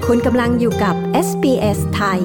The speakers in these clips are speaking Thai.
คุณกำลังอยู่กับ SBS ไทย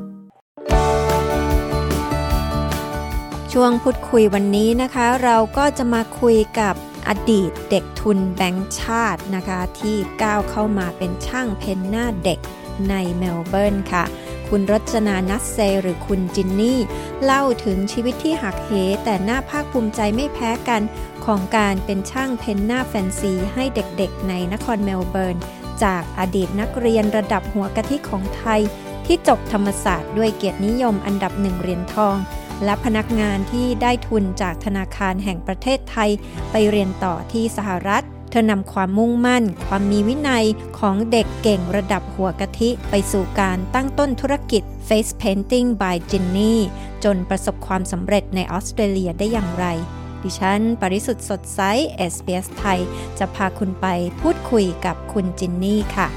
ช่วงพูดคุยวันนี้นะคะเราก็จะมาคุยกับอดีตเด็กทุนแบงก์ชาตินะคะที่ก้าวเข้ามาเป็นช่างเพ้นหน้าเด็กในเมลเบิร์นค่ะคุณรจนา นัสเซหรือคุณจินนี่เล่าถึงชีวิตที่หักเหแต่น่าภาคภูมิใจไม่แพ้กันของการเป็นช่างเพ้นหน้าแฟนซีให้เด็กๆในนครเมลเบิร์นจากอดีตนักเรียนระดับหัวกะทิของไทยที่จบธรรมศาสตร์ด้วยเกียรตินิยมอันดับ1เหรียญทองและพนักงานที่ได้ทุนจากธนาคารแห่งประเทศไทยไปเรียนต่อที่สหรัฐเธอนำความมุ่งมั่นความมีวินัยของเด็กเก่งระดับหัวกะทิไปสู่การตั้งต้นธุรกิจ Face Painting by Ginny จนประสบความสำเร็จในออสเตรเลียได้อย่างไรดิฉันปริสุทธิ์สดใส SBS ไทยจะพาคุณไปพูดคุยกับคุณจินนี่ค่ะ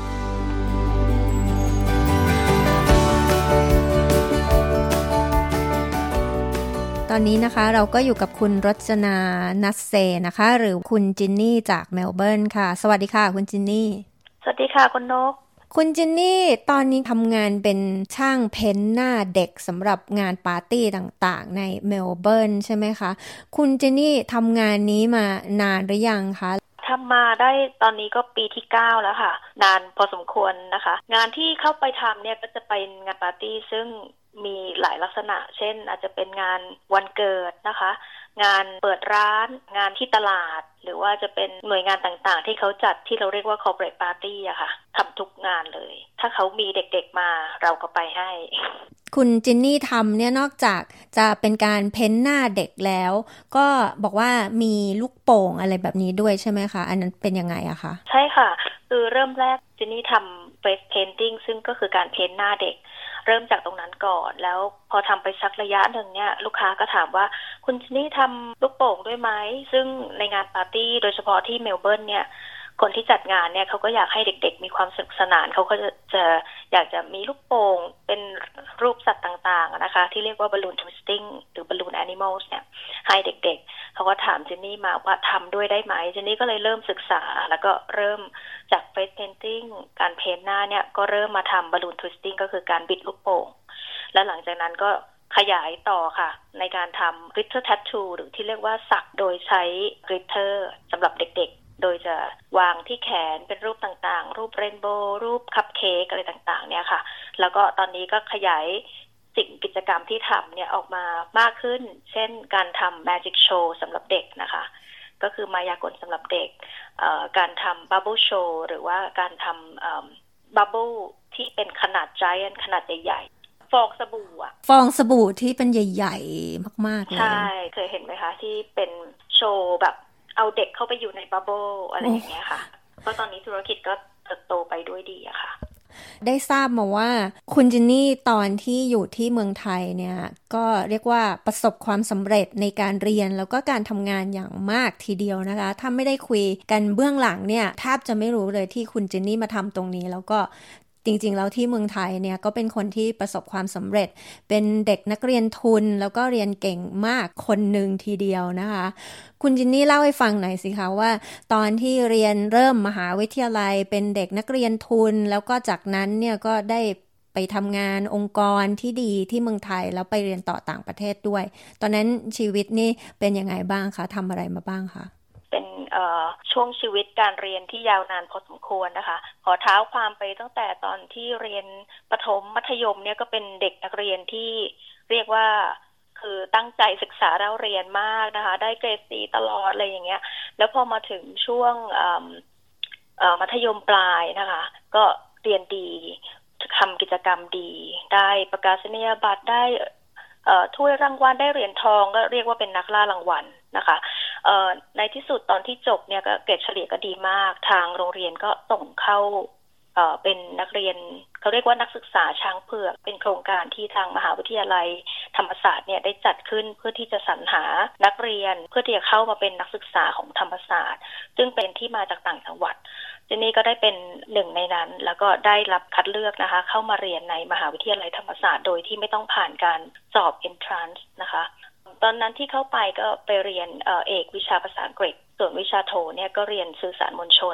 ตอนนี้นะคะเราก็อยู่กับคุณรจนา นัสเซนะคะหรือคุณจินนี่จากเมลเบิร์นค่ะสวัสดีค่ะคุณจินนี่สวัสดีค่ะคุณนกคุณจินนี่ตอนนี้ทำงานเป็นช่างเพ้นหน้าเด็กสำหรับงานปาร์ตี้ต่างๆในเมลเบิร์นใช่ไหมคะคุณจินนี่ทำงานนี้มานานหรือยังคะทำมาได้ตอนนี้ก็ปีที่9แล้วค่ะนานพอสมควรนะคะงานที่เข้าไปทำเนี่ยก็จะเป็นงานปาร์ตี้ซึ่งมีหลายลักษณะเช่นอาจจะเป็นงานวันเกิดนะคะงานเปิดร้านงานที่ตลาดหรือว่าจะเป็นหน่วยงานต่างๆที่เขาจัดที่เราเรียกว่า corporate party อะค่ะทำทุกงานเลยถ้าเขามีเด็กๆมาเราก็ไปให้คุณจินนี่ทำเนี่ยนอกจากจะเป็นการเพ้นหน้าเด็กแล้วก็บอกว่ามีลูกโป่งอะไรแบบนี้ด้วยใช่ไหมคะอันนั้นเป็นยังไงอะคะใช่ค่ะคือเริ่มแรกจินนี่ทำ face painting ซึ่งก็คือการเพ้นหน้าเด็กเริ่มจากตรงนั้นก่อนแล้วพอทำไปสักระยะหนึ่งเนี่ยลูกค้าก็ถามว่าคุณจินนี่ทำลูกโป่งด้วยไหมซึ่งในงานปาร์ตี้โดยเฉพาะที่เมลเบิร์นเนี่ยคนที่จัดงานเนี่ยเขาก็อยากให้เด็กๆมีความสนุกสนานเขาก็จะอยากจะมีลูกโป่งเป็นรูปสัตว์ต่างๆนะคะที่เรียกว่าบอลลูนทวิสติ้งหรือบอลลูนแอนิมอลส์เนี่ยให้เด็กๆเขาก็ถามเจนนี่มาว่าทำด้วยได้ไหมเจนนี่ก็เลยเริ่มศึกษาแล้วก็เริ่มจากเฟซเพนติ้งการเพ้นหน้าเนี่ยก็เริ่มมาทำบอลลูนทวิสติ้งก็คือการบิดลูกโป่งแล้วหลังจากนั้นก็ขยายต่อค่ะในการทำ glitter tattoo หรือที่เรียกว่าสักโดยใช้ glitter สำหรับเด็กๆโดยจะวางที่แขนเป็นรูปต่างๆรูปเรนโบว์รูปคัพเค้กอะไรต่างๆเนี่ยค่ะแล้วก็ตอนนี้ก็ขยายสิ่งกิจกรรมที่ทำเนี่ยออกมามากขึ้นเช่นการทำ magic show สำหรับเด็กนะคะก็คือมายากลสำหรับเด็กการทำ bubble show หรือว่าการทำbubble ที่เป็นขนาด giant ขนาดใหญ่ๆฟองสบู่อะฟองสบู่ที่เป็นใหญ่ๆมากๆเลยใช่เคยเห็นไหมคะที่เป็นโชว์แบบเอาเด็กเข้าไปอยู่ในบับเบิ้ลอะไรอย่างเงี้ยค่ะเพราะตอนนี้ธุรกิจก็เติบโตไปด้วยดีอะค่ะได้ทราบมาว่าคุณจินนี่ตอนที่อยู่ที่เมืองไทยเนี่ยก็เรียกว่าประสบความสำเร็จในการเรียนแล้วก็การทำงานอย่างมากทีเดียวนะคะถ้าไม่ได้คุยกันเบื้องหลังเนี่ยแทบจะไม่รู้เลยที่คุณจินนี่มาทำตรงนี้แล้วก็จริงๆแล้วที่เมืองไทยเนี่ยก็เป็นคนที่ประสบความสำเร็จเป็นเด็กนักเรียนทุนแล้วก็เรียนเก่งมากคนหนึ่งทีเดียวนะคะคุณจินนี่เล่าให้ฟังหน่อยสิคะว่าตอนที่เรียนเริ่มมหาวิทยาลัยเป็นเด็กนักเรียนทุนแล้วก็จากนั้นเนี่ยก็ได้ไปทำงานองค์กรที่ดีที่เมืองไทยแล้วไปเรียนต่อต่างประเทศด้วยตอนนั้นชีวิตนี่เป็นยังไงบ้างคะทำอะไรมาบ้างคะเป็นช่วงชีวิตการเรียนที่ยาวนานพอสมควรนะคะขอเท้าความไปตั้งแต่ตอนที่เรียนประถมมัธยมเนี่ยก็เป็นเด็กนักเรียนที่เรียกว่าคือตั้งใจศึกษาเราเรียนมากนะคะได้เกรด4ตลอดอะไรอย่างเงี้ยแล้วพอมาถึงช่วงมัธยมปลายนะคะก็เรียนดีทำกิจกรรมดีได้ประกาศนียบัตรได้ถ้วยรางวัลได้เหรียญทองก็เรียกว่าเป็นนักล่ารางวัลนะคะในที่สุดตอนที่จบเนี่ยก็เกรดเฉลี่ยก็ดีมากทางโรงเรียนก็ส่งเข้าเป็นนักเรียนเขาเรียกว่านักศึกษาช้างเผือกเป็นโครงการที่ทางมหาวิทยาลัยธรรมศาสตร์เนี่ยได้จัดขึ้นเพื่อที่จะสรรหานักเรียนเพื่อที่จะเข้ามาเป็นนักศึกษาของธรรมศาสตร์ซึ่งเป็นที่มาจากต่างจังหวัดเจนนี่ก็ได้เป็นหนึ่งในนั้นแล้วก็ได้รับคัดเลือกนะคะเข้ามาเรียนในมหาวิทยาลัยธรรมศาสตร์โดยที่ไม่ต้องผ่านการสอบ entrance นะคะตอนนั้นที่เข้าไปก็ไปเรียนเอกวิชาภาษาอังกฤษส่วนวิชาโทเนี่ยก็เรียนสื่อสารมวลชน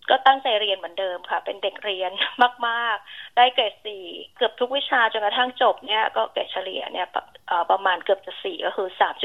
ก็ตั้งใจเรียนเหมือนเดิมค่ะเป็นเด็กเรียนมากๆได้เกรด4เกือบทุกวิชาจนกระทั่งจบเนี่ยก็เกรดเฉลี่ยเนี่ยประมาณเกือบจะ4ก็คือ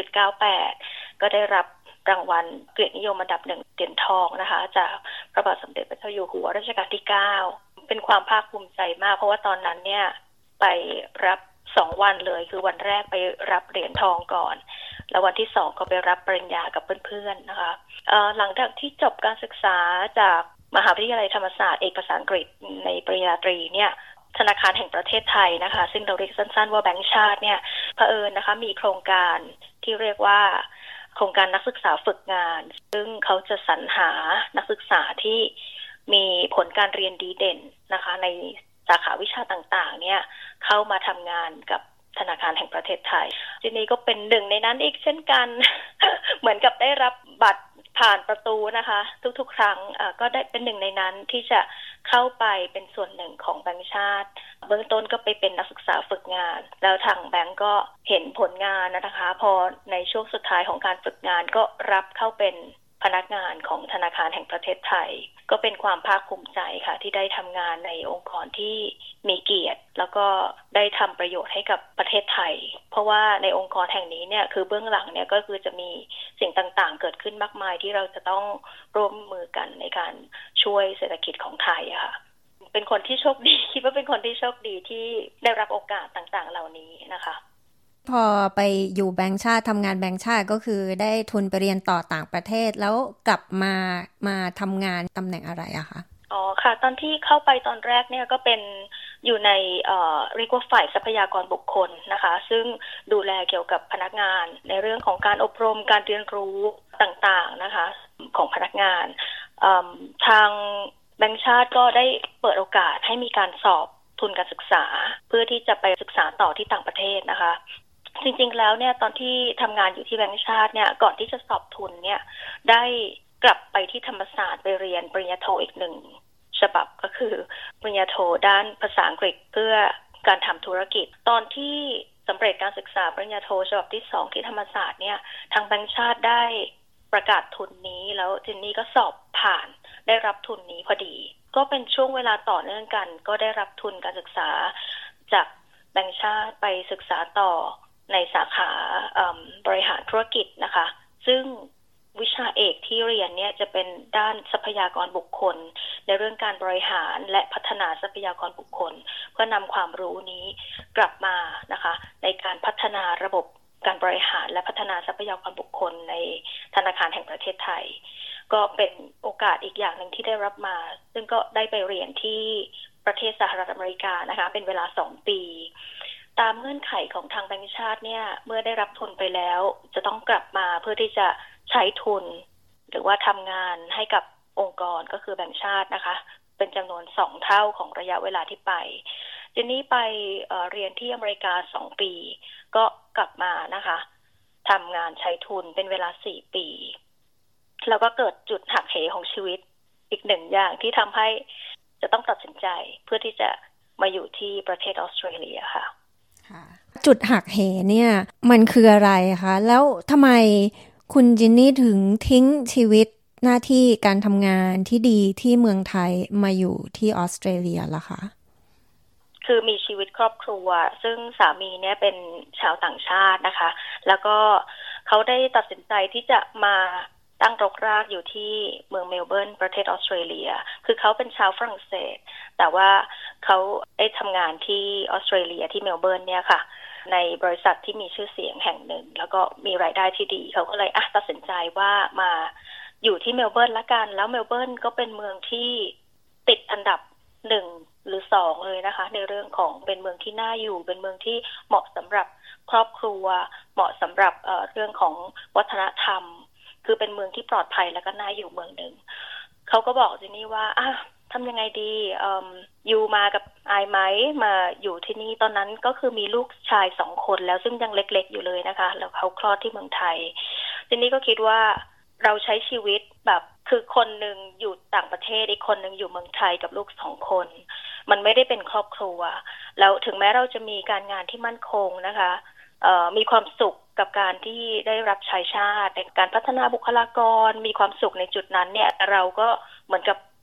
3.98 ก็ได้รับรางวัลเกียรตินิยมอันดับ1เหรียญทองนะคะจากพระบาทสมเด็จพระเจ้าอยู่หัวรัชกาลที่9เป็นความภาคภูมิใจมากเพราะว่าตอนนั้นเนี่ยไปรับ2วันเลยคือวันแรกไปรับเหรียญทองก่อนแล้ววันที่2ก็ไปรับปริญญากับเพื่อนๆนะคะหลังจากที่จบการศึกษาจากมหาวิทยาลัยธรรมศาสตร์เอกภาษาอังกฤษในปริญญาตรีเนี่ยธนาคารแห่งประเทศไทยนะคะซึ่งเราเรียกสั้นๆว่าแบงก์ชาติเนี่ยเผอิญนะคะมีโครงการที่เรียกว่าโครงการนักศึกษาฝึกงานซึ่งเขาจะสรรหานักศึกษาที่มีผลการเรียนดีเด่นนะคะในสาขาวิชาต่างๆเนี่ยเข้ามาทำงานกับธนาคารแห่งประเทศไทยทีนี้ก็เป็นหนึ่งในนั้นอีกเช่นกัน เหมือนกับได้รับบัตรผ่านประตูนะคะทุกๆครั้งก็ได้เป็นหนึ่งในนั้นที่จะเข้าไปเป็นส่วนหนึ่งของแบงก์ชาติเบื้องต้นก็ไปเป็นนักศึกษาฝึกงานแล้วทางแบงก์ก็เห็นผลงานนะคะพอในช่วงสุดท้ายของการฝึกงานก็รับเข้าเป็นพนักงานของธนาคารแห่งประเทศไทยก็เป็นความภาคภูมิใจค่ะที่ได้ทำงานในองค์กรที่มีเกียรติแล้วก็ได้ทำประโยชน์ให้กับประเทศไทยเพราะว่าในองค์กรแห่งนี้เนี่ยคือเบื้องหลังเนี่ยก็คือจะมีสิ่งต่างๆเกิดขึ้นมากมายที่เราจะต้องร่วมมือกันในการช่วยเศรษฐกิจของไทยอะค่ะเป็นคนที่โชคดีคิดว่าเป็นคนที่โชคดีที่ได้รับโอกาสต่างๆเหล่านี้นะคะพอไปอยู่แบงก์ชาติทำงานแบงก์ชาติก็คือได้ทุนไปเรียนต่อต่างประเทศแล้วกลับมาทำงานตำแหน่งอะไรอะคะอ๋อค่ะตอนที่เข้าไปตอนแรกเนี่ยก็เป็นอยู่ในเรียกว่าฝ่ายทรัพยากรบุคคลนะคะซึ่งดูแลเกี่ยวกับพนักงานในเรื่องของการอบรมการเรียนรู้ต่างๆนะคะของพนักงานทางแบงก์ชาติก็ได้เปิดโอกาสให้มีการสอบทุนการศึกษาเพื่อที่จะไปศึกษาต่อที่ต่างประเทศนะคะจริงๆแล้วเนี่ยตอนที่ทำงานอยู่ที่แบงก์ชาติเนี่ยก่อนที่จะสอบทุนเนี่ยได้กลับไปที่ธรรมศาสตร์ไปเรียนปริญญาโทอีก1ฉบับก็คือปริญญาโทด้านภาษาอังกฤษเพื่อการทำธุรกิจตอนที่สำเร็จการศึกษาปริญญาโทฉบับที่2ที่ธรรมศาสตร์เนี่ยทางแบงก์ชาติได้ประกาศทุนนี้แล้วจินนี่ก็สอบผ่านได้รับทุนนี้พอดีก็เป็นช่วงเวลาต่อเนื่องกันก็ได้รับทุนการศึกษาจากแบงก์ชาติไปศึกษาต่อในสาขาบริหารธุรกิจนะคะซึ่งวิชาเอกที่เรียนเนี่ยจะเป็นด้านทรัพยากรบุคคลในเรื่องการบริหารและพัฒนาทรัพยากรบุคคลเพื่อนำความรู้นี้กลับมานะคะในการพัฒนาระบบการบริหารและพัฒนาทรัพยากรบุคคลในธนาคารแห่งประเทศไทยก็เป็นโอกาสอีกอย่างหนึ่งที่ได้รับมาซึ่งก็ได้ไปเรียนที่ประเทศสหรัฐอเมริกานะคะเป็นเวลา2 ปีตามเงื่อนไขของทางแบงก์ชาติเนี่ยเมื่อได้รับทุนไปแล้วจะต้องกลับมาเพื่อที่จะใช้ทุนหรือว่าทำงานให้กับองค์กรก็คือแบงก์ชาตินะคะเป็นจำนวน2 เท่าของระยะเวลาที่ไปทีนี้ไปเรียนที่อเมริกา2 ปีก็กลับมานะคะทำงานใช้ทุนเป็นเวลา4 ปีแล้วก็เกิดจุดหักเหของชีวิตอีก1 อย่างที่ทำให้จะต้องตัดสินใจเพื่อที่จะมาอยู่ที่ประเทศออสเตรเลียค่ะจุดหักเหเนี่ยมันคืออะไรคะแล้วทำไมคุณจินนี่ถึงทิ้งชีวิตหน้าที่การทำงานที่ดีที่เมืองไทยมาอยู่ที่ออสเตรเลียล่ะคะคือมีชีวิตครอบครัวซึ่งสามีเนี่ยเป็นชาวต่างชาตินะคะแล้วก็เขาได้ตัดสินใจที่จะมาตั้งรกรากอยู่ที่เมืองเมลเบิร์นประเทศออสเตรเลียคือเขาเป็นชาวฝรั่งเศสแต่ว่าเขาได้ทำงานที่ออสเตรเลียที่เมลเบิร์นเนี่ยค่ะในบริษัทที่มีชื่อเสียงแห่งหนึ่งแล้วก็มีรายได้ที่ดีเขาก็เลยตัดสินใจว่ามาอยู่ที่เมลเบิร์นละกันแล้วเมลเบิร์นก็เป็นเมืองที่ติดอันดับ1 หรือ 2เลยนะคะในเรื่องของเป็นเมืองที่น่าอยู่เป็นเมืองที่เหมาะสำหรับครอบครัวเหมาะสำหรับเรื่องของวัฒนธรรมคือเป็นเมืองที่ปลอดภัยแล้วก็น่าอยู่เมืองหนึ่งเขาก็บอกจินนี่ว่าทำยังไงดีอยู่มากับอายไหมมาอยู่ที่นี่ตอนนั้นก็คือมีลูกชาย2 คนแล้วซึ่งยังเล็กๆอยู่เลยนะคะแล้วเขาคลอดที่เมืองไทยจินนี่ก็คิดว่าเราใช้ชีวิตแบบคือคนหนึ่งอยู่ต่างประเทศอีกคนหนึ่งอยู่เมืองไทยกับลูก2 คนมันไม่ได้เป็นครอบครัวแล้วถึงแม้เราจะมีการงานที่มั่นคงนะคะมีความสุขกับการที่ได้รับใช้ชาติในการพัฒนาบุคลากรมีความสุขในจุดนั้นเนี่ยเราก็เหมือนกับ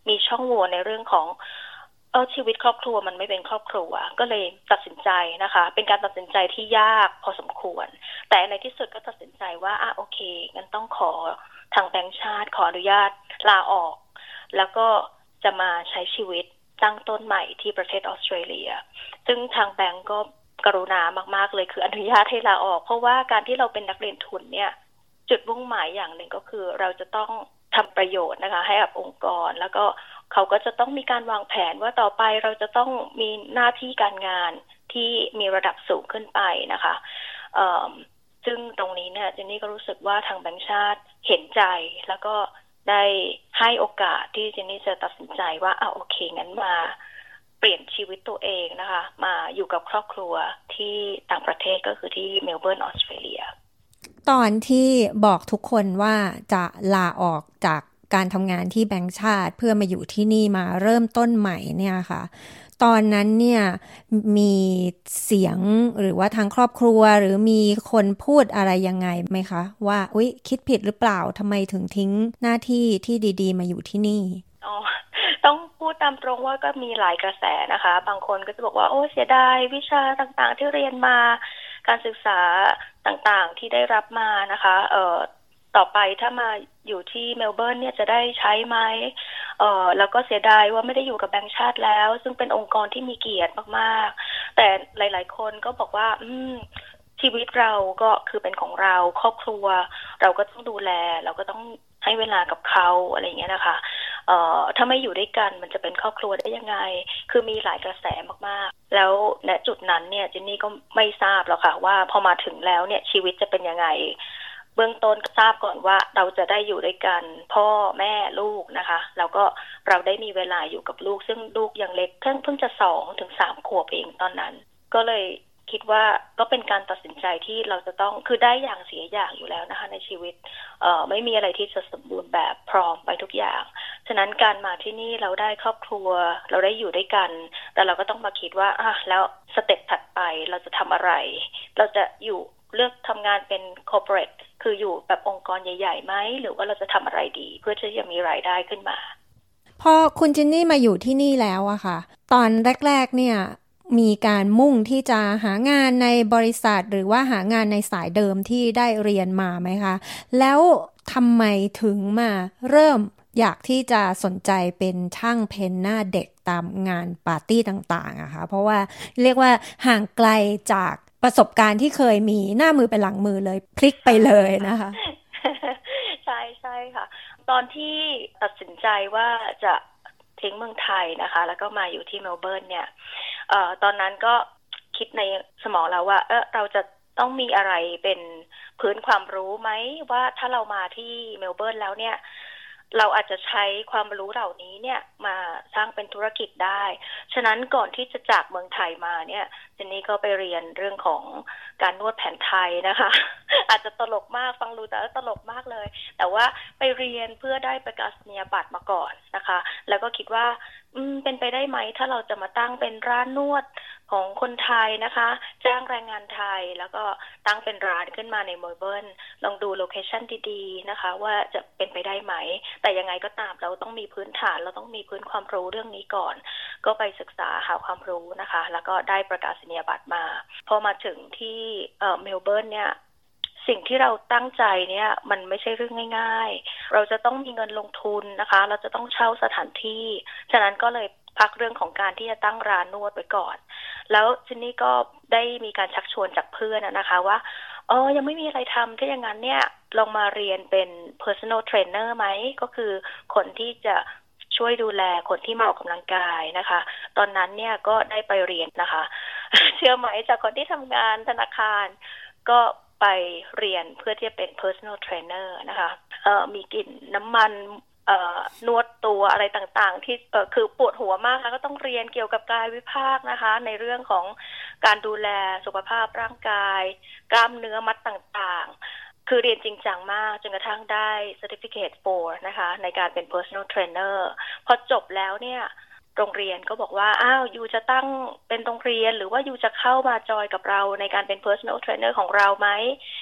มีช่องโหว่ในเรื่องของชีวิตครอบครัวมันไม่เป็นครอบครัวก็เลยตัดสินใจนะคะเป็นการตัดสินใจที่ยากพอสมควรแต่ในที่สุดก็ตัดสินใจว่าโอเคงั้นต้องขอทางแบงก์ชาติขออนุญาตลาออกแล้วก็จะมาใช้ชีวิตตั้งต้นใหม่ที่ประเทศออสเตรเลียซึ่งทางแบงก์ก็กรุณามากๆเลยคืออนุญาตให้ลาออกเพราะว่าการที่เราเป็นนักเรียนทุนเนี่ยจุดมุ่งหมายอย่างหนึ่งก็คือเราจะต้องทำประโยชน์นะคะให้กับองค์กรแล้วก็เขาก็จะต้องมีการวางแผนว่าต่อไปเราจะต้องมีหน้าที่การงานที่มีระดับสูงขึ้นไปนะคะซึ่งตรงนี้เนี่ยเจนนี่ก็รู้สึกว่าทางแบงก์ชาติเห็นใจแล้วก็ได้ให้โอกาสที่เจนนี่จะตัดสินใจว่าโอเคงั้นมาเปลี่ยนชีวิตตัวเองนะคะมาอยู่กับครอบครัวที่ต่างประเทศก็คือที่เมลเบิร์นออสเตรเลียตอนที่บอกทุกคนว่าจะลาออกจากการทำงานที่แบงก์ชาติเพื่อมาอยู่ที่นี่มาเริ่มต้นใหม่เนี่ยค่ะตอนนั้นเนี่ยมีเสียงหรือว่าทางครอบครัวหรือมีคนพูดอะไรยังไงไหมคะว่าอุ๊ยคิดผิดหรือเปล่าทำไมถึงทิ้งหน้าที่ที่ดีๆมาอยู่ที่นี่ต้องพูดตามตรงว่าก็มีหลายกระแสนะคะบางคนก็จะบอกว่าโอ้เสียดายวิชาต่างๆที่เรียนมาการศึกษาต่างๆที่ได้รับมานะคะต่อไปถ้ามาอยู่ที่เมลเบิร์นเนี่ยจะได้ใช้ไหมแล้วก็เสียดายว่าไม่ได้อยู่กับแบงก์ชาติแล้วซึ่งเป็นองค์กรที่มีเกียรติมากๆแต่หลายๆคนก็บอกว่าชีวิตเราก็คือเป็นของเราครอบครัวเราก็ต้องดูแลเราก็ต้องให้เวลากับเขาอะไรอย่างเงี้ยนะคะถ้าไม่อยู่ด้วยกันมันจะเป็นครอบครัวได้ยังไงคือมีหลายกระแสมากๆแล้วณจุดนั้นเนี่ยเจนนี่ก็ไม่ทราบหรอกค่ะว่าพอมาถึงแล้วเนี่ยชีวิตจะเป็นยังไงเบื้องต้นทราบก่อนว่าเราจะได้อยู่ด้วยกันพ่อแม่ลูกนะคะแล้วก็เราได้มีเวลาอยู่กับลูกซึ่งลูกยังเล็กเพิ่งจะ2 ถึง 3 ขวบเองตอนนั้นก็เลยคิดว่าก็เป็นการตัดสินใจที่เราจะต้องคือได้อย่างเสียอย่างอยู่แล้วนะคะในชีวิตไม่มีอะไรที่จะสมบูรณ์แบบพร้อมไปทุกอย่างฉะนั้นการมาที่นี่เราได้ครอบครัวเราได้อยู่ด้วยกันแต่เราก็ต้องมาคิดว่าแล้วสเต็ปถัดไปเราจะทำอะไรเราจะอยู่เลือกทำงานเป็น corporate คืออยู่แบบองค์กรใหญ่ๆไหมหรือว่าเราจะทำอะไรดีเพื่อที่จะมีรายได้ขึ้นมาพอคุณจินนี่มาอยู่ที่นี่แล้วอะค่ะตอนแรกๆเนี่ยมีการมุ่งที่จะหางานในบริษัทหรือว่าหางานในสายเดิมที่ได้เรียนมาไหมคะแล้วทำไมถึงมาเริ่มอยากที่จะสนใจเป็นช่างเพ้นหน้าเด็กตามงานปาร์ตี้ต่างๆอะคะเพราะว่าเรียกว่าห่างไกลจากประสบการณ์ที่เคยมีหน้ามือเป็นหลังมือเลยพลิกไปเลยนะคะใช่ใช่ค่ะตอนที่ตัดสินใจว่าจะทิ้งเมืองไทยนะคะแล้วก็มาอยู่ที่เมลเบิร์นเนี่ยตอนนั้นก็คิดในสมองเราว่าเราจะต้องมีอะไรเป็นพื้นความรู้ไหมว่าถ้าเรามาที่เมลเบิร์นแล้วเนี่ยเราอาจจะใช้ความรู้เหล่านี้เนี่ยมาสร้างเป็นธุรกิจได้ฉะนั้นก่อนที่จะจากเมืองไทยมาเนี่ยเจนนี่ก็ไปเรียนเรื่องของการนวดแผนไทยนะคะอาจจะตลกมากฟังดูแต่ตลกมากเลยแต่ว่าไปเรียนเพื่อได้ประกาศนียบัตรมาก่อนนะคะแล้วก็คิดว่าเป็นไปได้ไหมถ้าเราจะมาตั้งเป็นร้านนวดของคนไทยนะคะจ้างแรงงานไทยแล้วก็ตั้งเป็นร้านขึ้นมาในเมลเบิร์นลองดูโลเคชั่นดีๆนะคะว่าจะเป็นไปได้ไหมแต่ยังไงก็ตามเราต้องมีพื้นฐานเราต้องมีพื้นความรู้เรื่องนี้ก่อนก็ไปศึกษาหาความรู้นะคะแล้วก็ได้ประกาศนียบัตรมาพอมาถึงที่เมลเบิร์นเนี่ยสิ่งที่เราตั้งใจเนี่ยมันไม่ใช่เรื่องง่ายๆเราจะต้องมีเงินลงทุนนะคะเราจะต้องเช่าสถานที่ฉะนั้นก็เลยพักเรื่องของการที่จะตั้งร้านนวดไว้ก่อนแล้วทีนี้ก็ได้มีการชักชวนจากเพื่อนนะคะว่ายังไม่มีอะไรทำถ้าอย่างนั้นเนี่ยลองมาเรียนเป็น personal trainer ไหมก็คือคนที่จะช่วยดูแลคนที่มาออกกำลังกายนะคะตอนนั้นเนี่ยก็ได้ไปเรียนนะคะเชื่อไหมจากคนที่ทำงานธนาคารก็ไปเรียนเพื่อที่จะเป็น personal trainer นะคะมีกลิ่นน้ำมันนวดตัวอะไรต่างๆที่คือปวดหัวมากแล้วก็ต้องเรียนเกี่ยวกับกายวิภาคนะคะในเรื่องของการดูแลสุขภาพร่างกายกล้ามเนื้อมัดต่างๆคือเรียนจริงจังมากจนกระทั่งได้ Certificate 4นะคะในการเป็น personal trainer พอจบแล้วเนี่ยโรงเรียนก็บอกว่ายูจะตั้งเป็นโรงเรียนหรือว่ายูจะเข้ามาจอยกับเราในการเป็น personal trainer ของเราไหม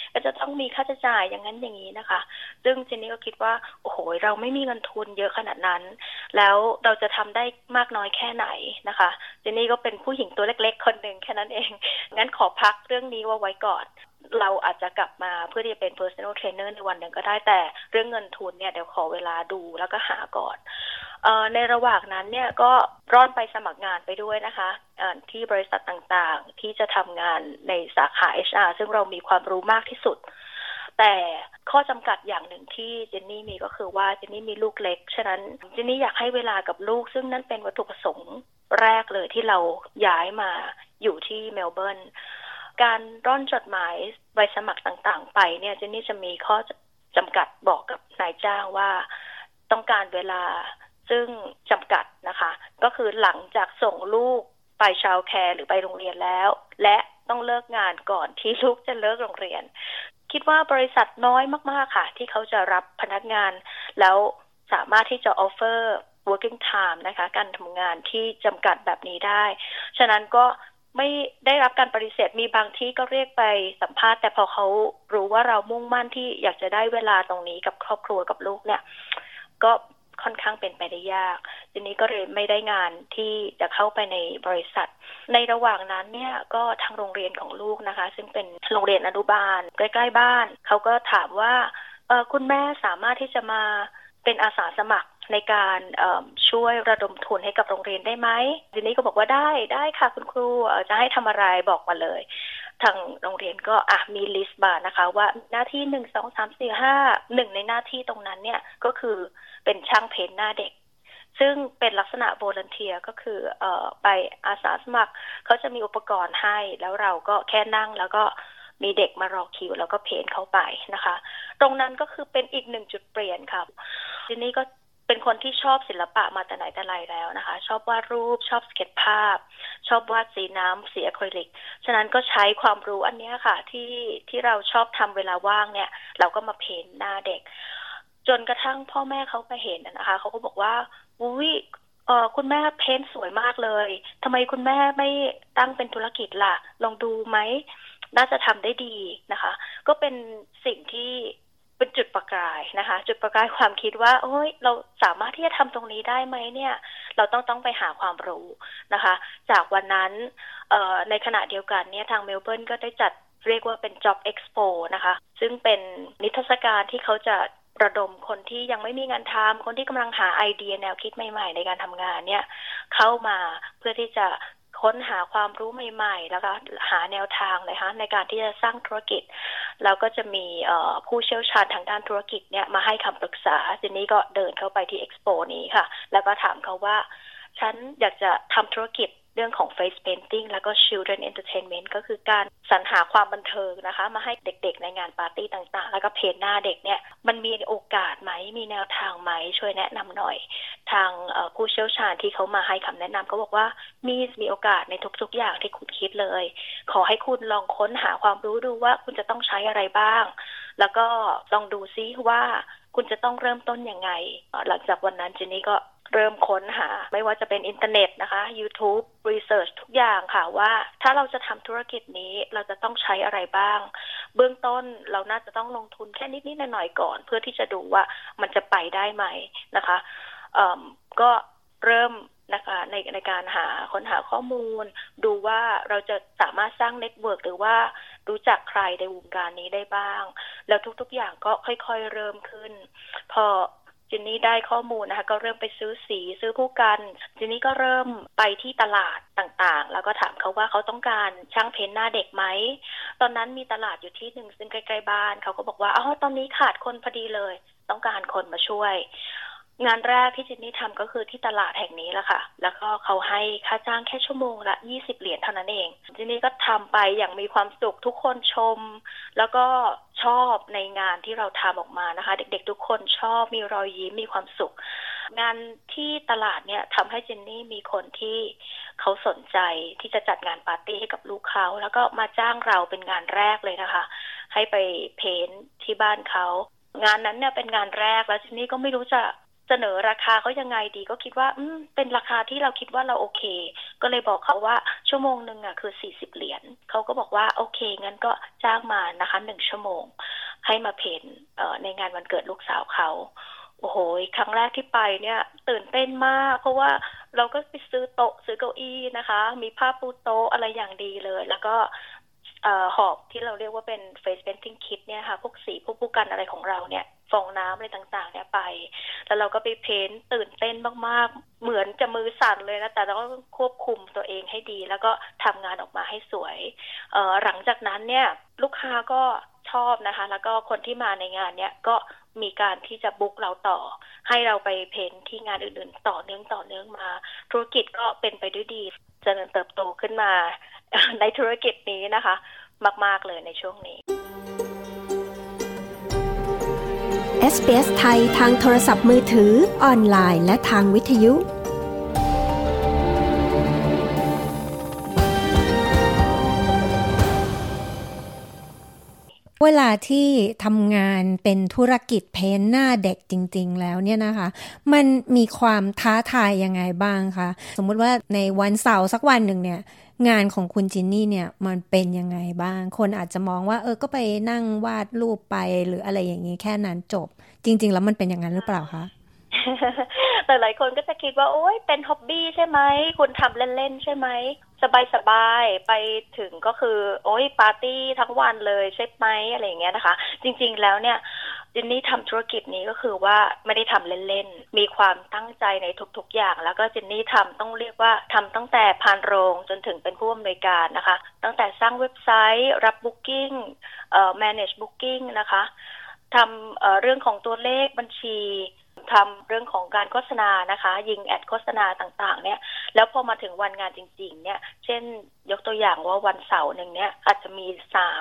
ก็จะต้องมีค่าใช้จ่ายอย่างนั้นอย่างนี้นะคะซึ่งเจนนี่ก็คิดว่าโอ้โหเราไม่มีเงินทุนเยอะขนาดนั้นแล้วเราจะทำได้มากน้อยแค่ไหนนะคะเจนนี่ก็เป็นผู้หญิงตัวเล็กๆคนหนึ่งแค่นั้นเองงั้นขอพักเรื่องนี้ไว้ก่อนเราอาจจะกลับมาเพื่อที่จะเป็น personal trainer ในวันหนึ่งก็ได้แต่เรื่องเงินทุนเนี่ยเดี๋ยวขอเวลาดูแล้วก็หาก่อนในระหว่างนั้นเนี่ยก็ร่อนไปสมัครงานไปด้วยนะคะที่บริษัทต่างๆที่จะทำงานในสาขา HR ซึ่งเรามีความรู้มากที่สุดแต่ข้อจำกัดอย่างหนึ่งที่เจนนี่มีก็คือว่าเจนนี่มีลูกเล็กฉะนั้นเจนนี่อยากให้เวลากับลูกซึ่งนั่นเป็นวัตถุประสงค์แรกเลยที่เราย้ายมาอยู่ที่เมลเบิร์นการร่อนจดหมายใบสมัครต่างๆไปเนี่ยเจนนี่จะมีข้อจำกัดบอกกับนายจ้างว่าต้องการเวลาซึ่งจำกัดนะคะก็คือหลังจากส่งลูกไปชาวแคร์หรือไปโรงเรียนแล้วและต้องเลิกงานก่อนที่ลูกจะเลิกโรงเรียนคิดว่าบริษัทน้อยมากๆค่ะที่เขาจะรับพนักงานแล้วสามารถที่จะ offer working time นะคะการทำงานที่จำกัดแบบนี้ได้ฉะนั้นก็ไม่ได้รับการปฏิเสธมีบางที่ก็เรียกไปสัมภาษณ์แต่พอเขารู้ว่าเรามุ่งมั่นที่อยากจะได้เวลาตรงนี้กับครอบครัวกับลูกเนี่ยก็ค่อนข้างเป็นไปได้ยากทีนี้ก็เลยไม่ได้งานที่จะเข้าไปในบริษัทในระหว่างนั้นเนี่ยก็ทางโรงเรียนของลูกนะคะซึ่งเป็นโรงเรียนอนุบาลใกล้ๆบ้านเขาก็ถามว่าคุณแม่สามารถที่จะมาเป็นอาสาสมัครในการช่วยระดมทุนให้กับโรงเรียนได้ไหมทีนี้ก็บอกว่าได้ค่ะคุณครูจะให้ทำอะไรบอกมาเลยทางโรงเรียนก็มีลิสต์มานะคะว่าหน้าที่1 2 3 4 5 1ในหน้าที่ตรงนั้นเนี่ยก็คือเป็นช่างเพ้นท์หน้าเด็กซึ่งเป็นลักษณะโวลันเทียร์ก็คือไปอาสาสมัครเขาจะมีอุปกรณ์ให้แล้วเราก็แค่นั่งแล้วก็มีเด็กมารอคิวแล้วก็เพ้นท์เข้าไปนะคะตรงนั้นก็คือเป็นอีกหนึ่งจุดเปลี่ยนค่ะทีนี้ก็เป็นคนที่ชอบศิลปะมาแต่ไหนแต่ไรแล้วนะคะชอบวาดรูปชอบสเก็ตภาพชอบวาดสีน้ำสีอะคริลิกฉะนั้นก็ใช้ความรู้อันนี้ค่ะที่เราชอบทำเวลาว่างเนี่ยเราก็มาเพ้นท์หน้าเด็กจนกระทั่งพ่อแม่เขาไปเห็นนะคะเขาก็บอกว่าอุ้ยคุณแม่เพ้นท์สวยมากเลยทำไมคุณแม่ไม่ตั้งเป็นธุรกิจล่ะลองดูไหมน่าจะทำได้ดีนะคะก็เป็นสิ่งที่เป็นจุดประกายนะคะจุดประกายความคิดว่าโอ้ยเราสามารถที่จะทำตรงนี้ได้ไหมเนี่ยเราต้องไปหาความรู้นะคะจากวันนั้นในขณะเดียวกันเนี่ยทางเมลเบิร์นก็ได้จัดเรียกว่าเป็น Job Expo นะคะซึ่งเป็นนิทรรศการที่เขาจะระดมคนที่ยังไม่มีงานทำคนที่กำลังหาไอเดียแนวคิดใหม่ๆในการทำงานเนี่ยเข้ามาเพื่อที่จะค้นหาความรู้ใหม่ๆแล้วก็หาแนวทางนะคะในการที่จะสร้างธุรกิจแล้วก็จะมีผู้เชี่ยวชาญทางด้านธุรกิจเนี่ยมาให้คำปรึกษาทีนี้ก็เดินเข้าไปที่เอ็กซ์โปนี้ค่ะแล้วก็ถามเขาว่าฉันอยากจะทำธุรกิจเรื่องของ face painting แล้วก็ children entertainment ก็คือการสรรหาความบันเทิงนะคะมาให้เด็กๆในงานปาร์ตี้ต่างๆแล้วก็เพนหน้าเด็กเนี่ยมันมีโอกาสไหมมีแนวทางไหมช่วยแนะนำหน่อยทางผู้เชี่ยวชาญที่เขามาให้คำแนะนำเขาบอกว่ามีโอกาสในทุกๆอย่างที่คุณคิดเลยขอให้คุณลองค้นหาความรู้ดูว่าคุณจะต้องใช้อะไรบ้างแล้วก็ลองดูซิว่าคุณจะต้องเริ่มต้นยังไงหลังจากวันนั้นเจนนี่ก็เริ่มค้นหาไม่ว่าจะเป็นอินเทอร์เน็ตนะคะ YouTube Research ทุกอย่างค่ะว่าถ้าเราจะทำธุรกิจนี้เราจะต้องใช้อะไรบ้างเบื้องต้นเราน่าจะต้องลงทุนแค่นิดๆหน่อยๆก่อนเพื่อที่จะดูว่ามันจะไปได้ไหมนะคะก็เริ่มนะคะในการค้นหาข้อมูลดูว่าเราจะสามารถสร้างเน็ตเวิร์กหรือว่ารู้จักใครในวงการนี้ได้บ้างแล้วทุกๆอย่างก็ค่อยๆเริ่มขึ้นพอจินนี่ได้ข้อมูลนะคะก็เริ่มไปซื้อสีซื้อผู้กันจินนี่ก็เริ่มไปที่ตลาดต่างๆแล้วก็ถามเขาว่าเขาต้องการช่างเพ้นท์หน้าเด็กไหมตอนนั้นมีตลาดอยู่ที่หนึ่งซึ่งใกล้ๆบ้านเขาก็บอกว่าตอนนี้ขาดคนพอดีเลยต้องการคนมาช่วยงานแรกที่จินนี่ทำก็คือที่ตลาดแห่งนี้แหละค่ะแล้วก็เขาให้ค่าจ้างแค่ชั่วโมงละ20 เหรียญเท่านั้นเองจินนี่ก็ทำไปอย่างมีความสุขทุกคนชมแล้วก็ชอบในงานที่เราทำออกมานะคะเด็กๆทุกคนชอบมีรอยยิ้มมีความสุขงานที่ตลาดเนี่ยทำให้จินนี่มีคนที่เขาสนใจที่จะจัดงานปาร์ตี้ให้กับลูกเขาแล้วก็มาจ้างเราเป็นงานแรกเลยนะคะให้ไปเพ้นท์ที่บ้านเขางานนั้นเนี่ยเป็นงานแรกแล้วจินนี่ก็ไม่รู้จะเสนอราคาเขายังไงดีก็คิดว่าเป็นราคาที่เราคิดว่าเราโอเคก็เลยบอกเขาว่าชั่วโมงนึงคือ40 เหรียญเขาก็บอกว่าโอเคงั้นก็จ้างมานะคะ1 ชั่วโมงให้มาเพ้นในงานวันเกิดลูกสาวเขาโอ้โหครั้งแรกที่ไปเนี่ยตื่นเต้นมากเพราะว่าเราก็ไปซื้อโต๊ะซื้อเก้าอี้นะคะมีผ้าปูโต๊ะอะไรอย่างดีเลยแล้วก็หอบที่เราเรียกว่าเป็น face painting kit เนี่ยค่ะพวกสีพวกผู้กันอะไรของเราเนี่ยฟองน้ำอะไรต่างๆเนี่ยไปแล้วเราก็ไปเพ้นตื่นเต้นมากๆเหมือนจะมือสั่นเลยนะแต่เราก็ควบคุมตัวเองให้ดีแล้วก็ทำงานออกมาให้สวยหลังจากนั้นเนี่ยลูกค้าก็ชอบนะคะแล้วก็คนที่มาในงานเนี่ยก็มีการที่จะบุ๊กเราต่อให้เราไปเพ้นที่งานอื่นๆต่อเนื่องมาธุรกิจก็เป็นไปด้วยดีเจริญเติบโตขึ้นมาในธุรกิจนี้นะคะมากๆเลยในช่วงนี้ SBS ไทยทางโทรศัพท์มือถือออนไลน์และทางวิทยุเวลาที่ทำงานเป็นธุรกิจเพ้นหน้าเด็กจริงๆแล้วเนี่ยนะคะมันมีความท้าทายยังไงบ้างคะสมมุติว่าในวันเสาร์สักวันหนึ่งเนี่ยงานของคุณจินนี่เนี่ยมันเป็นยังไงบ้างคนอาจจะมองว่าก็ไปนั่งวาดรูปไปหรืออะไรอย่างนี้แค่นั้นจบจริงๆแล้วมันเป็นอย่างนั้นหรือเปล่าคะแต่หลายคนก็จะคิดว่าโอ๊ยเป็นฮ็อบบี้ใช่ไหมคุณทำเล่นๆใช่ไหมสบายๆไปถึงก็คือโอ๊ยปาร์ตี้ทั้งวันเลยใช่ไหมอะไรอย่างเงี้ยนะคะจริงๆแล้วเนี่ยจินนี่ทำธุรกิจนี้ก็คือว่าไม่ได้ทำเล่นๆมีความตั้งใจในทุกๆอย่างแล้วก็จินนี่ทำต้องเรียกว่าทำตั้งแต่พานโรงจนถึงเป็นผู้อำนวยการนะคะตั้งแต่สร้างเว็บไซต์รับบุ๊กิ้งmanage booking นะคะทำเรื่องของตัวเลขบัญชีทำเรื่องของการโฆษณานะคะยิงแอดโฆษณาต่างๆเนี่ยแล้วพอมาถึงวันงานจริงๆเนี่ยเช่นยกตัวอย่างว่าวันเสาร์นึงเนี่ยอาจจะมี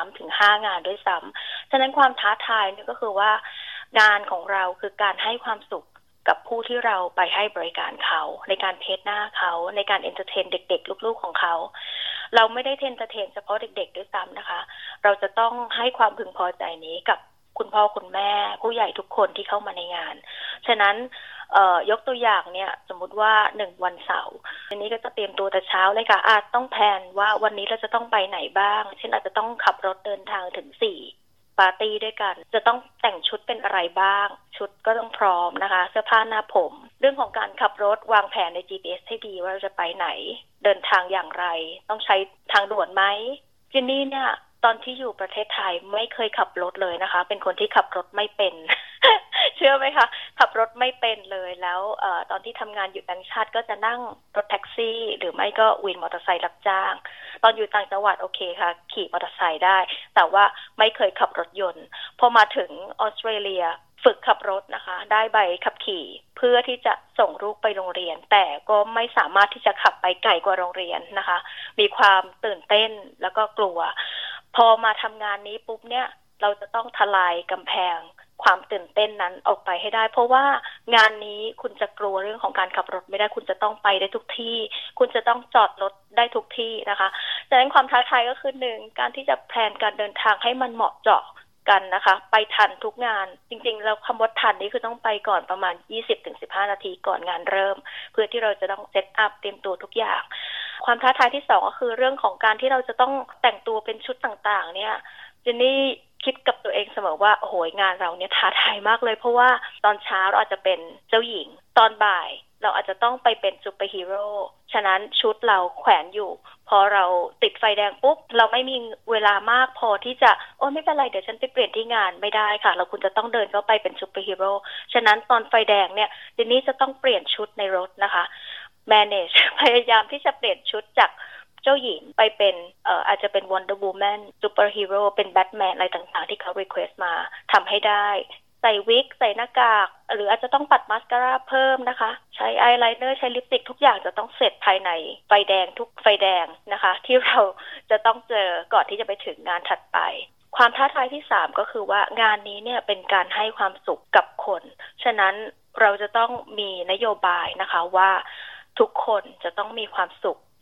3-5 งานด้วยซ้ำฉะนั้นความท้าทายนี่ก็คือว่างานของเราคือการให้ความสุขกับผู้ที่เราไปให้บริการเขาในการเทสหน้าเขาในการเอนเตอร์เทนเด็กๆลูกๆของเขาเราไม่ได้เอนเตอร์เทนเฉพาะเด็กๆด้วยซ้ำนะคะเราจะต้องให้ความพึงพอใจนี้กับคุณพ่อคุณแม่ผู้ใหญ่ทุกคนที่เข้ามาในงานฉะนั้นยกตัวอย่างเนี่ยสมมุติว่า1วันเสาร์ทีนี้ก็จะเตรียมตัวแต่เช้าเลยค่ะต้องแพลนว่าวันนี้เราจะต้องไปไหนบ้างเช่นอาจจะต้องขับรถเดินทางถึง4ปาร์ตี้ด้วยกันจะต้องแต่งชุดเป็นอะไรบ้างชุดก็ต้องพร้อมนะคะเสื้อผ้าหน้าผมเรื่องของการขับรถวางแผนใน GPS ให้ดีว่าเราจะไปไหนเดินทางอย่างไรต้องใช้ทางด่วนไหมจินนี่เนี่ยตอนที่อยู่ประเทศไทยไม่เคยขับรถเลยนะคะเป็นคนที่ขับรถไม่เป็น เชื่อไหมคะขับรถไม่เป็นเลยแล้วตอนที่ทำงานอยู่ต่างชาติก็จะนั่งรถแท็กซี่หรือไม่ก็วินมอเตอร์ไซค์รับจ้างตอนอยู่ต่างจังหวัดโอเคค่ะขี่มอเตอร์ไซค์ได้แต่ว่าไม่เคยขับรถยนต์พอมาถึงออสเตรเลียฝึกขับรถนะคะได้ใบขับขี่เพื่อที่จะส่งลูกไปโรงเรียนแต่ก็ไม่สามารถที่จะขับไปไกลกว่าโรงเรียนนะคะมีความตื่นเต้นแล้วก็กลัวพอมาทำงานนี้ปุ๊บเนี่ยเราจะต้องทลายกำแพงความตื่นเต้นนั้นออกไปให้ได้เพราะว่างานนี้คุณจะกลัวเรื่องของการขับรถไม่ได้คุณจะต้องไปได้ทุกที่คุณจะต้องจอดรถได้ทุกที่นะคะดังนั้นความท้าทายก็คือ1การที่จะแพลนการเดินทางให้มันเหมาะเจาะกันนะคะไปทันทุกงานจริงๆแล้วคำว่าทันนี้คือต้องไปก่อนประมาณ 20-15 นาทีก่อนงานเริ่มเพื่อที่เราจะต้องเซตอัพเตรียมตัวทุกอย่างความท้าทายที่2ก็คือเรื่องของการที่เราจะต้องแต่งตัวเป็นชุดต่างๆเนี่ยเจนนี่คิดกับตัวเองเสมอว่าโอ้โหงานเราเนี่ยท้าทายมากเลยเพราะว่าตอนเช้าเราอาจจะเป็นเจ้าหญิงตอนบ่ายเราอาจจะต้องไปเป็นซูเปอร์ฮีโร่ฉะนั้นชุดเราแขวนอยู่พอเราติดไฟแดงปุ๊บเราไม่มีเวลามากพอที่จะไม่เป็นไรเดี๋ยวฉันไปเปลี่ยนที่งานไม่ได้ค่ะเราคุณจะต้องเดินเข้าไปเป็นซูเปอร์ฮีโร่ฉะนั้นตอนไฟแดงเนี่ยเจนนี่จะต้องเปลี่ยนชุดในรถนะคะ manage พยายามที่จะเปลี่ยนชุดจากเจ้าหญิงไปเป็นอาจจะเป็น Wonder Woman Super Hero เป็น Batman อะไรต่างๆที่เขา request มาทำให้ได้ใส่วิกใส่หน้ากากหรืออาจจะต้องปัดมาสคาร่าเพิ่มนะคะใช้อายไลเนอร์ใช้ลิปสติกทุกอย่างจะต้องเสร็จภายในไฟแดงทุกไฟแดงนะคะที่เราจะต้องเจอก่อนที่จะไปถึงงานถัดไปความท้าทายที่3ก็คือว่างานนี้เนี่ยเป็นการให้ความสุขกับคนฉะนั้นเราจะต้องมีนโยบายนะคะว่าทุกคนจะต้องมีความสุข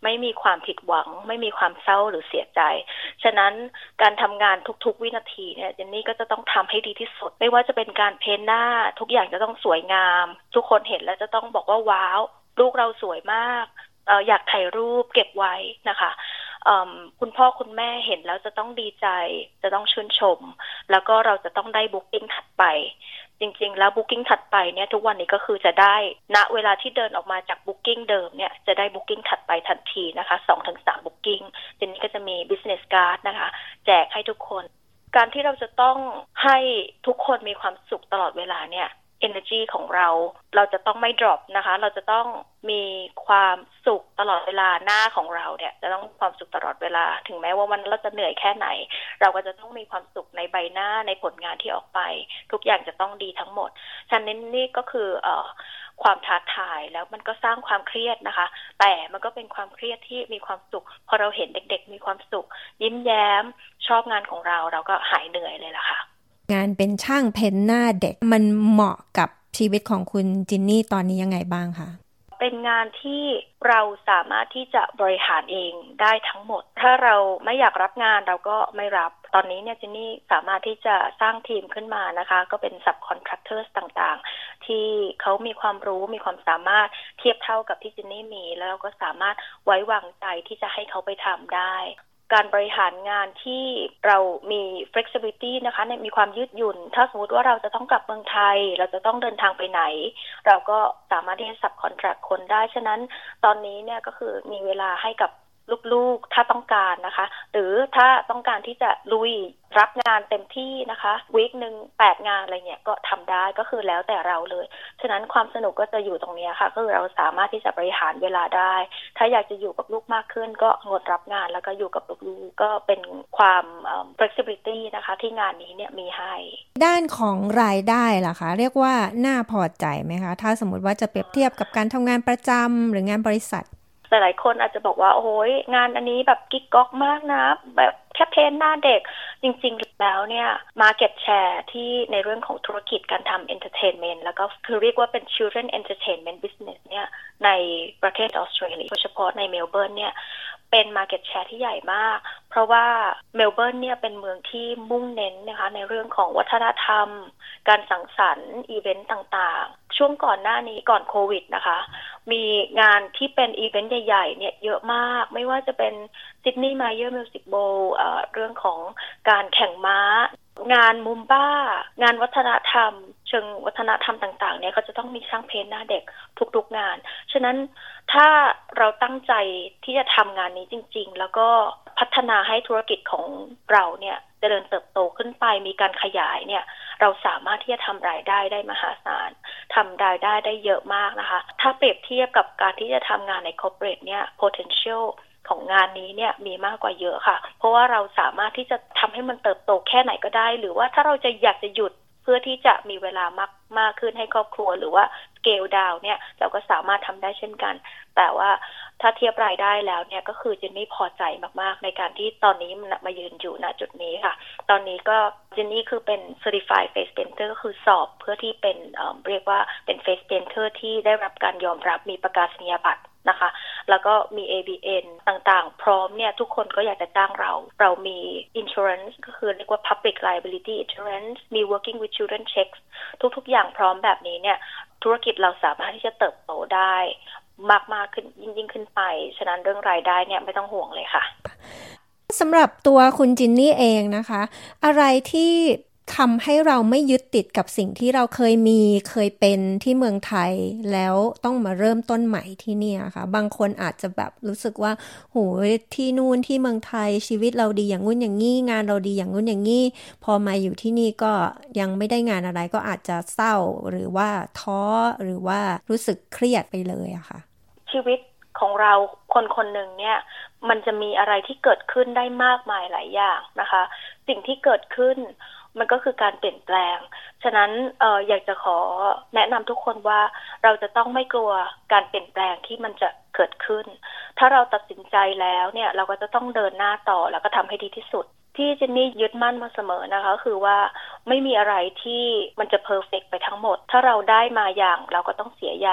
ไม่มีความผิดหวังไม่มีความเศร้าหรือเสียใจฉะนั้นการทำงานทุกๆวินาทีเนี่ยเจนนี่ก็จะต้องทำให้ดีที่สุดไม่ว่าจะเป็นการเพ้นท์หน้าทุกอย่างจะต้องสวยงามทุกคนเห็นแล้วจะต้องบอกว่าว้าวลูกเราสวยมากอยากถ่ายรูปเก็บไว้นะคะคุณพ่อคุณแม่เห็นแล้วจะต้องดีใจจะต้องชื่นชมแล้วก็เราจะต้องได้บุ๊กกิ้งถัดไปจริงๆแล้วบุ๊กกิ้งถัดไปเนี่ยทุกวันนี้ก็คือจะได้ณเวลาที่เดินออกมาจากบุ๊กกิ้งเดิมเนี่ยจะได้บุ๊กกิ้งถัดไปทันทีนะคะ 2-3 บุ๊กกิ้งทีนี้ก็จะมี business card นะคะแจกให้ทุกคนการที่เราจะต้องให้ทุกคนมีความสุขตลอดเวลาเนี่ย energy ของเราจะต้องไม่ drop นะคะเราจะต้องมีความสุขตลอดเวลาหน้าของเราเนี่ยจะต้องมีความสุขตลอดเวลาถึงแม้ว่าวันเราจะเหนื่อยแค่ไหนเราก็จะต้องมีความสุขในใบหน้าในผลงานที่ออกไปทุกอย่างจะต้องดีทั้งหมดฉะนั้นนี่ก็คือความท้าทายแล้วมันก็สร้างความเครียดนะคะแต่มันก็เป็นความเครียดที่มีความสุขพอเราเห็นเด็กๆมีความสุขยิ้มแย้มชอบงานของเราก็หายเหนื่อยเลยล่ะค่ะงานเป็นช่างเพ้นหน้าเด็กมันเหมาะกับชีวิตของคุณจินนี่ตอนนี้ยังไงบ้างคะเป็นงานที่เราสามารถที่จะบริหารเองได้ทั้งหมดถ้าเราไม่อยากรับงานเราก็ไม่รับตอนนี้เนี่ยจินนี่สามารถที่จะสร้างทีมขึ้นมานะคะก็เป็น subcontractors ต่างๆที่เขามีความรู้มีความสามารถเทียบเท่ากับที่จินนี่มีแล้วเราก็สามารถไว้วางใจที่จะให้เขาไปทำได้การบริหารงานที่เรามี flexibility นะคะมีความยืดหยุ่นถ้าสมมติว่าเราจะต้องกลับเมืองไทยเราจะต้องเดินทางไปไหนเราก็สามารถที่จะ subcontract คนได้ฉะนั้นตอนนี้เนี่ยก็คือมีเวลาให้กับลูกๆถ้าต้องการนะคะหรือถ้าต้องการที่จะลุยรับงานเต็มที่นะคะวีคนึง8 งานอะไรเงี้ยก็ทำได้ก็คือแล้วแต่เราเลยฉะนั้นความสนุกก็จะอยู่ตรงนี้ค่ะก็คือเราสามารถที่จะบริหารเวลาได้ถ้าอยากจะอยู่กับลูกมากขึ้นก็งดรับงานแล้วก็อยู่กับลูกๆก็เป็นความ flexibility นะคะที่งานนี้เนี่ยมีให้ด้านของรายได้ล่ะคะเรียกว่าน่าพอใจไหมคะถ้าสมมติว่าจะเปรียบเทียบกับการทำงานประจำหรืองานบริษัทหลายๆคนอาจจะบอกว่าโอ้ยงานอันนี้แบบกิ๊กก๊อกมากนะแบบแค่เพ้นหน้าเด็กจริงๆแล้วเนี่ย market share ที่ในเรื่องของธุรกิจการทำ entertainment แล้วก็คือเรียกว่าเป็น children entertainment business เนี่ยในประเทศออสเตรเลียโดยเฉพาะในเมลเบิร์นเนี่ยเป็น market share ที่ใหญ่มากเพราะว่าเมลเบิร์นเนี่ยเป็นเมืองที่มุ่งเน้นนะคะในเรื่องของวัฒนธรรมการสังสรรค์อีเวนต์ต่างๆช่วงก่อนหน้านี้ก่อนโควิดนะคะมีงานที่เป็นอีเวนต์ใหญ่ๆเนี่ยเยอะมากไม่ว่าจะเป็นซิดนีย์ไมเออร์มิวสิกโบว์เรื่องของการแข่งม้างานมุมบ้างานวัฒนธรรมเชิงวัฒนธรรมต่างๆเนี่ยก็จะต้องมีช่างเพ้นท์หน้าเด็กทุกๆงานฉะนั้นถ้าเราตั้งใจที่จะทำงานนี้จริงๆแล้วก็พัฒนาให้ธุรกิจของเราเนี่ยเจริญเติบโตขึ้นไปมีการขยายเนี่ยเราสามารถที่จะทำรายได้ได้มหาศาลทำรายได้ได้เยอะมากนะคะถ้าเปรียบเทียบกับการที่จะทำงานใน corporate เนี่ย potential ของงานนี้เนี่ยมีมากกว่าเยอะค่ะเพราะว่าเราสามารถที่จะทำให้มันเติบโตแค่ไหนก็ได้หรือว่าถ้าเราจะอยากจะหยุดเพื่อที่จะมีเวลามากขึ้นให้ครอบครัวหรือว่า scale down เนี่ยเราก็สามารถทำได้เช่นกันแต่ว่าถ้าเทียบรายได้แล้วเนี่ยก็คือจินนี่พอใจมากๆในการที่ตอนนี้มันมายืนอยู่ณจุดนี้ค่ะตอนนี้ก็จินนี่คือเป็น Certified Face Painter ก็คือสอบเพื่อที่เป็นเรียกว่าเป็น Face Painter ที่ได้รับการยอมรับมีประกาศนียบัตรนะคะแล้วก็มี ABN ต่างๆพร้อมเนี่ยทุกคนก็อยากจะจ้างเรามี insurance ก็คือเรียกว่า public liability insurance มี working with children checks ทุกๆอย่างพร้อมแบบนี้เนี่ยธุรกิจเราสามารถที่จะเติบโตได้มากๆขึ้นยิ่งขึ้นไปฉะนั้นเรื่องรายได้เนี่ยไม่ต้องห่วงเลยค่ะสำหรับตัวคุณจินนี่เองนะคะอะไรที่ทำให้เราไม่ยึดติดกับสิ่งที่เราเคยเป็นที่เมืองไทยแล้วต้องมาเริ่มต้นใหม่ที่นี่ค่ะบางคนอาจจะแบบรู้สึกว่าโหที่นู่นที่เมืองไทยชีวิตเราดีอย่างงู้นอย่างงี้งานเราดีอย่างงู้นอย่างงี้พอมาอยู่ที่นี่ก็ยังไม่ได้งานอะไรก็อาจจะเศร้าหรือว่าท้อหรือว่ารู้สึกเครียดไปเลยอะค่ะชีวิตของเราคนหนึ่งเนี่ยมันจะมีอะไรที่เกิดขึ้นได้มากมายหลายอย่างนะคะสิ่งที่เกิดขึ้นมันก็คือการเปลี่ยนแปลงฉะนั้นอยากจะขอแนะนำทุกคนว่าเราจะต้องไม่กลัวการเปลี่ยนแปลงที่มันจะเกิดขึ้นถ้าเราตัดสินใจแล้วเนี่ยเราก็จะต้องเดินหน้าต่อแล้วก็ทำให้ดีที่สุดที่เจนนี่ยึดมั่นมาเสมอนะคะคือว่าไม่มีอะไรที่มันจะเพอร์เฟกต์ไปทั้งหมดถ้าเราได้มาอย่างเราก็ต้องเสียอย่าง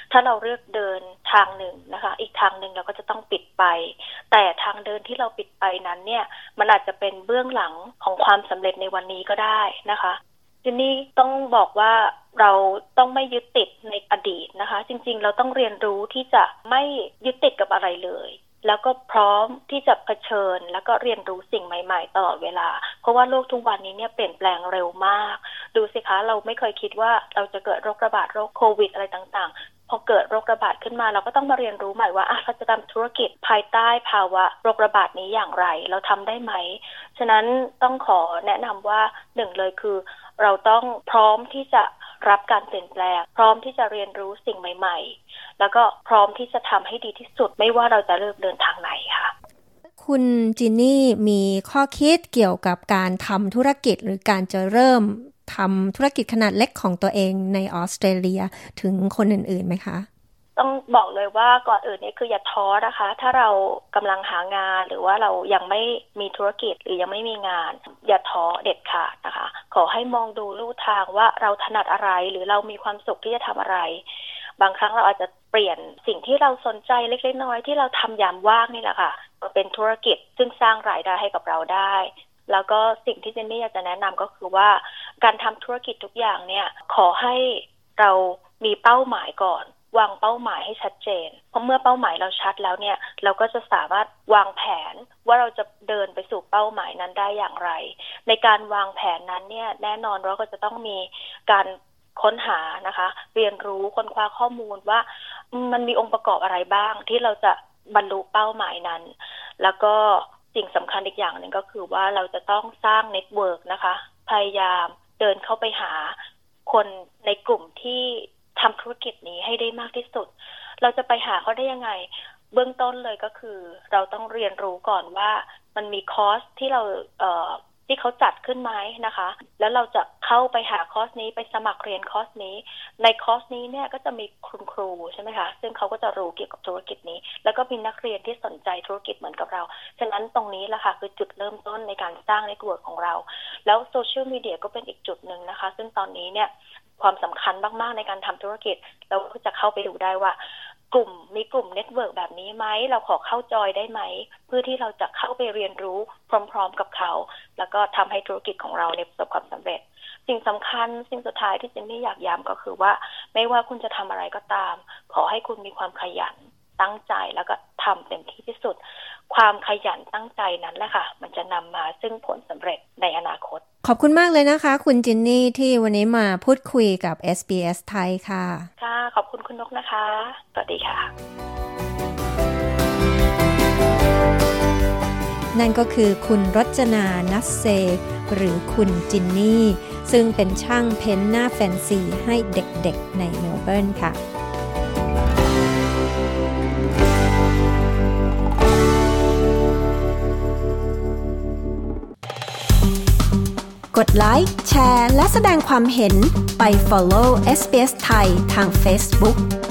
ถ้าเราเลือกเดินทางหนึ่งนะคะอีกทางหนึ่งเราก็จะต้องปิดไปแต่ทางเดินที่เราปิดไปนั้นเนี่ยมันอาจจะเป็นเบื้องหลังของความสำเร็จในวันนี้ก็ได้นะคะทีนี้ต้องบอกว่าเราต้องไม่ยึดติดในอดีตนะคะจริงๆเราต้องเรียนรู้ที่จะไม่ยึดติดกับอะไรเลยแล้วก็พร้อมที่จะเผชิญแล้วก็เรียนรู้สิ่งใหม่ๆตลอดเวลาเพราะว่าโลกทุกวันนี้เนี่ยเปลี่ยนแปลงเร็วมากดูสิคะเราไม่เคยคิดว่าเราจะเกิดโรคระบาดโรคโควิดอะไรต่างๆพอเกิดโรคระบาดขึ้นมาเราก็ต้องมาเรียนรู้ใหม่ว่าเราจะทำธุรกิจภายใต้ภาวะโรคระบาดนี้อย่างไรเราทำได้ไหมฉะนั้นต้องขอแนะนำว่าหนึ่งเลยคือเราต้องพร้อมที่จะรับการเปลี่ยนแปลงพร้อมที่จะเรียนรู้สิ่งใหม่ๆแล้วก็พร้อมที่จะทำให้ดีที่สุดไม่ว่าเราจะเลือกเดินทางไหนค่ะคุณจินนี่มีข้อคิดเกี่ยวกับการทำธุรกิจหรือการจะเริ่มทำธุรกิจขนาดเล็กของตัวเองในออสเตรเลียถึงคนอื่นๆไหมคะต้องบอกเลยว่าก่อนอื่นเนี่ยคืออย่าท้อนะคะถ้าเรากำลังหางานหรือว่าเรายังไม่มีธุรกิจหรือยังไม่มีงานอย่าท้อเด็ดขาดนะคะขอให้มองดูลู่ทางว่าเราถนัดอะไรหรือเรามีความสุขที่จะทำอะไรบางครั้งเราอาจจะเปลี่ยนสิ่งที่เราสนใจเล็กๆน้อยๆที่เราทำยามว่างนี่แหละค่ะมาเป็นธุรกิจซึ่งสร้างรายได้ให้กับเราได้แล้วก็สิ่งที่เจนนี่อยากจะแนะนำก็คือว่าการทำธุรกิจทุกอย่างเนี่ยขอให้เรามีเป้าหมายก่อนวางเป้าหมายให้ชัดเจนเพราะเมื่อเป้าหมายเราชัดแล้วเนี่ยเราก็จะสามารถวางแผนว่าเราจะเดินไปสู่เป้าหมายนั้นได้อย่างไรในการวางแผนนั้นเนี่ยแน่นอนเราก็จะต้องมีการค้นหานะคะเรียนรู้ค้นคว้าข้อมูลว่ามันมีองค์ประกอบอะไรบ้างที่เราจะบรรลุเป้าหมายนั้นแล้วก็สิ่งสำคัญอีกอย่างหนึ่งก็คือว่าเราจะต้องสร้างเน็ตเวิร์กนะคะพยายามเดินเข้าไปหาคนในกลุ่มที่ทำธุรกิจนี้ให้ได้มากที่สุดเราจะไปหาเขาได้ยังไงเบื้องต้นเลยก็คือเราต้องเรียนรู้ก่อนว่ามันมีคอร์สที่เราที่เขาจัดขึ้นไหมนะคะแล้วเราจะเข้าไปหาคอร์สนี้ไปสมัครเรียนคอร์สนี้ในคอร์สนี้เนี่ยก็จะมีคุณครูใช่ไหมคะซึ่งเขาก็จะรู้เกี่ยวกับธุรกิจนี้แล้วก็มีนักเรียนที่สนใจธุรกิจเหมือนกับเราฉะนั้นตรงนี้แหละค่ะคือจุดเริ่มต้นในการสร้างเน็ตเวิร์คของเราแล้วโซเชียลมีเดียก็เป็นอีกจุดหนึ่งนะคะซึ่งตอนนี้เนี่ยความสำคัญมากๆในการทำธุรกิจเราก็จะเข้าไปดูได้ว่มีกลุ่มเน็ตเวิร์กแบบนี้ไหมเราขอเข้าจอยได้ไหมเพื่อที่เราจะเข้าไปเรียนรู้พร้อมๆกับเขาแล้วก็ทำให้ธุรกิจของเราประสบความสำเร็จสิ่งสำคัญสิ่งสุดท้ายที่เจนนี่อยากย้ำก็คือว่าไม่ว่าคุณจะทำอะไรก็ตามขอให้คุณมีความขยันตั้งใจแล้วก็ทำเต็มที่ที่สุดความขยันตั้งใจนั้นแหละค่ะมันจะนำมาซึ่งผลสำเร็จในอนาคตขอบคุณมากเลยนะคะคุณจินนี่ที่วันนี้มาพูดคุยกับ SBS ไทยค่ะค่ะขอบคุณคุณนกนะคะสวัสดีค่ะนั่นก็คือคุณรจนานัสเซหรือคุณจินนี่ซึ่งเป็นช่างเพ้นท์หน้าแฟนซีให้เด็กๆในเมลเบิร์นค่ะกดไลค์แชร์และแสดงความเห็นไป follow SBS ไทยทาง Facebook